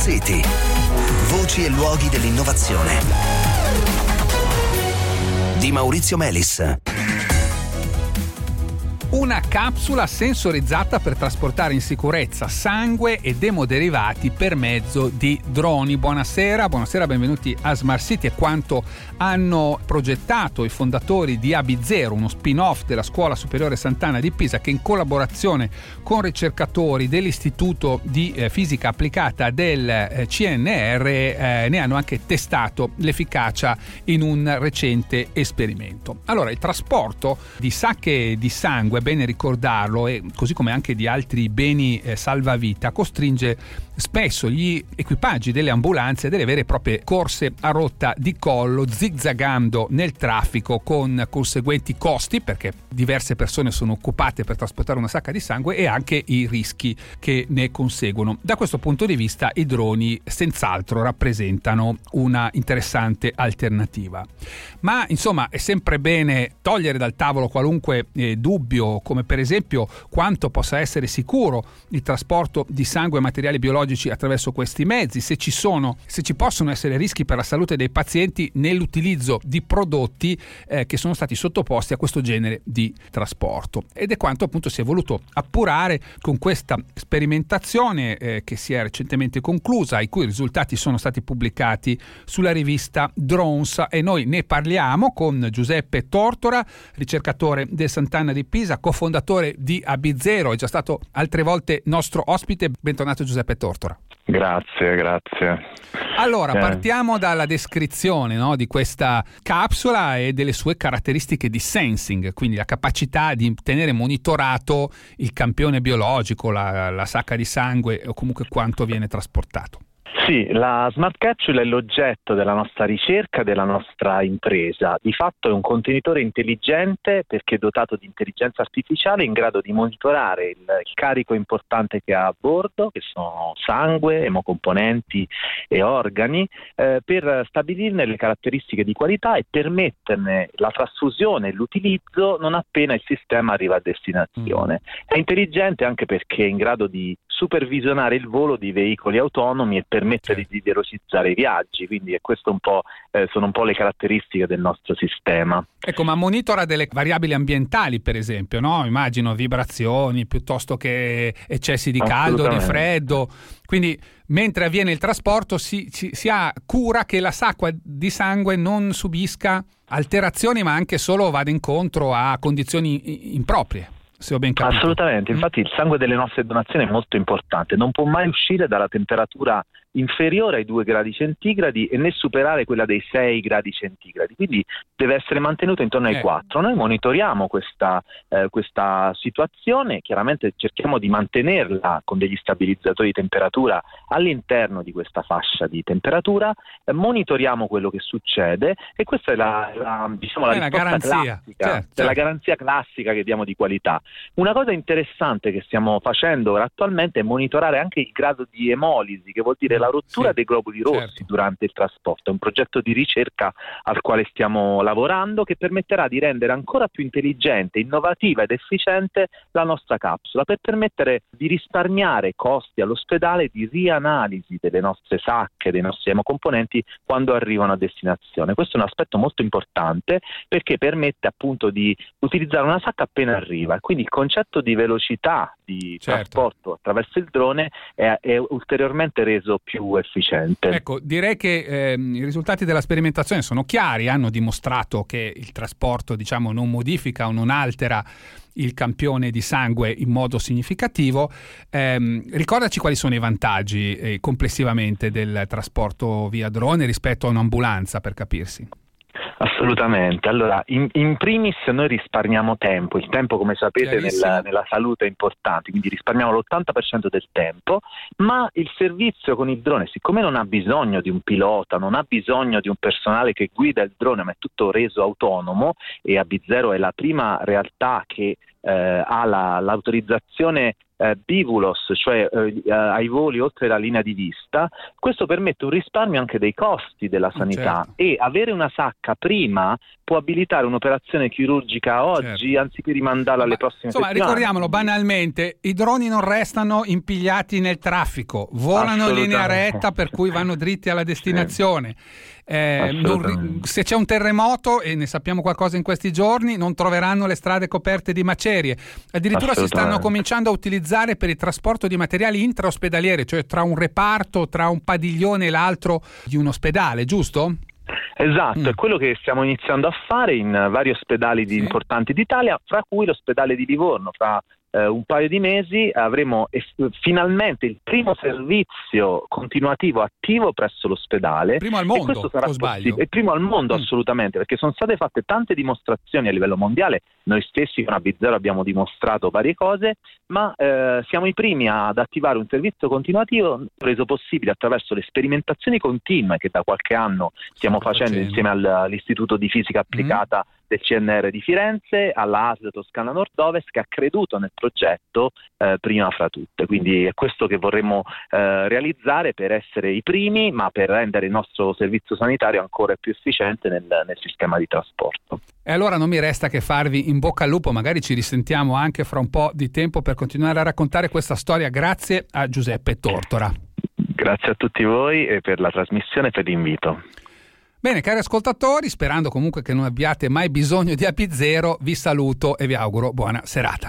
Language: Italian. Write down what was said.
City. Voci e luoghi dell'innovazione. Di Maurizio Melis. Una capsula sensorizzata per trasportare in sicurezza sangue ed emoderivati per mezzo di droni. Buonasera, benvenuti a Smart City. È quanto hanno progettato i fondatori di AB0, uno spin-off della Scuola Superiore Sant'Anna di Pisa, che in collaborazione con ricercatori dell'Istituto di Fisica Applicata del CNR ne hanno anche testato l'efficacia in un recente esperimento. Allora, il trasporto di sacche di sangue, è bene ricordarlo, e così come anche di altri beni salvavita, costringe spesso gli equipaggi delle ambulanze a delle vere e proprie corse a rotta di collo, zigzagando nel traffico, con conseguenti costi, perché diverse persone sono occupate per trasportare una sacca di sangue, e anche i rischi che ne conseguono. Da questo punto di vista i droni senz'altro rappresentano una interessante alternativa. Ma insomma è sempre bene togliere dal tavolo qualunque dubbio, come per esempio quanto possa essere sicuro il trasporto di sangue e materiali biologici attraverso questi mezzi, se ci possono essere rischi per la salute dei pazienti nell'utilizzo di prodotti che sono stati sottoposti a questo genere di trasporto. Ed è quanto appunto si è voluto appurare con questa sperimentazione che si è recentemente conclusa, i cui risultati sono stati pubblicati sulla rivista Drones, e noi ne parliamo con Giuseppe Tortora, ricercatore del Sant'Anna di Pisa, cofondatore di AB0, è già stato altre volte nostro ospite. Bentornato Giuseppe Tortora. Grazie. Allora, partiamo dalla descrizione, no, di questa capsula e delle sue caratteristiche di sensing, quindi la capacità di tenere monitorato il campione biologico, la sacca di sangue, o comunque quanto viene trasportato. Sì, la Smart Capsule è l'oggetto della nostra ricerca, della nostra impresa. Di fatto è un contenitore intelligente, perché è dotato di intelligenza artificiale, in grado di monitorare il carico importante che ha a bordo, che sono sangue, emocomponenti e organi, per stabilirne le caratteristiche di qualità e permetterne la trasfusione e l'utilizzo non appena il sistema arriva a destinazione. È intelligente anche perché è in grado di supervisionare il volo di veicoli autonomi e permettere di velocizzare i viaggi, quindi questo sono un po' le caratteristiche del nostro sistema. Ecco, ma monitora delle variabili ambientali, per esempio, no? Immagino vibrazioni piuttosto che eccessi di caldo, di freddo. Quindi mentre avviene il trasporto si ha cura che la sacca di sangue non subisca alterazioni, ma anche solo vada incontro a condizioni improprie. Se ho ben capito. Assolutamente, infatti il sangue delle nostre donazioni è molto importante, non può mai uscire dalla temperatura inferiore ai 2 gradi centigradi e né superare quella dei 6 gradi centigradi, quindi deve essere mantenuto intorno ai 4. Noi monitoriamo questa situazione, chiaramente cerchiamo di mantenerla con degli stabilizzatori di temperatura all'interno di questa fascia di temperatura, monitoriamo quello che succede, e questa è la risposta garanzia, classica, è la garanzia classica che diamo di qualità. Una cosa interessante che stiamo facendo ora attualmente è monitorare anche il grado di emolisi, che vuol dire la rottura dei globuli rossi durante il trasporto. È un progetto di ricerca al quale stiamo lavorando, che permetterà di rendere ancora più intelligente, innovativa ed efficiente la nostra capsula, per permettere di risparmiare costi all'ospedale di rianalisi delle nostre sacche, dei nostri emocomponenti quando arrivano a destinazione. Questo è un aspetto molto importante, perché permette appunto di utilizzare una sacca appena arriva, e quindi il concetto di velocità di trasporto attraverso il drone è ulteriormente reso più efficiente. Ecco, direi che i risultati della sperimentazione sono chiari, hanno dimostrato che il trasporto, non modifica o non altera il campione di sangue in modo significativo. Ricordaci quali sono i vantaggi complessivamente del trasporto via drone rispetto a un'ambulanza, per capirsi. Assolutamente. Allora, in primis noi risparmiamo tempo. Il tempo, come sapete, nella salute è importante, quindi risparmiamo l'80% del tempo, ma il servizio con il drone, siccome non ha bisogno di un pilota, non ha bisogno di un personale che guida il drone, ma è tutto reso autonomo, e AB0 è la prima realtà che ha l'autorizzazione bivulos, cioè ai voli oltre la linea di vista. Questo permette un risparmio anche dei costi della sanità, certo. E avere una sacca prima può abilitare un'operazione chirurgica oggi, certo. anziché rimandarla alle prossime settimane. Ricordiamolo banalmente, i droni non restano impigliati nel traffico, volano in linea retta, per cui vanno dritti alla destinazione. Se c'è un terremoto, e ne sappiamo qualcosa in questi giorni, non troveranno le strade coperte di macerie. Addirittura si stanno cominciando a utilizzare per il trasporto di materiali intraospedalieri, cioè tra un reparto, tra un padiglione e l'altro di un ospedale, giusto? Esatto, è quello che stiamo iniziando a fare in vari ospedali importanti d'Italia, fra cui l'ospedale di Livorno. Fra un paio di mesi avremo finalmente il primo servizio continuativo attivo presso l'ospedale. Primo al mondo, e questo sarà o sbaglio? È primo al mondo, assolutamente, perché sono state fatte tante dimostrazioni a livello mondiale. Noi stessi con AB0 abbiamo dimostrato varie cose, ma siamo i primi ad attivare un servizio continuativo reso possibile attraverso le sperimentazioni continue che da qualche anno stiamo facendo insieme all'Istituto di Fisica Applicata del CNR di Firenze, alla ASL Toscana Nord-Ovest, che ha creduto nel progetto prima fra tutte. Quindi è questo che vorremmo realizzare per essere i primi, ma per rendere il nostro servizio sanitario ancora più efficiente nel sistema di trasporto. E allora non mi resta che farvi in bocca al lupo, magari ci risentiamo anche fra un po' di tempo per continuare a raccontare questa storia. Grazie a Giuseppe Tortora. Grazie a tutti voi e per la trasmissione e per l'invito. Bene, cari ascoltatori, sperando comunque che non abbiate mai bisogno di AB0, vi saluto e vi auguro buona serata.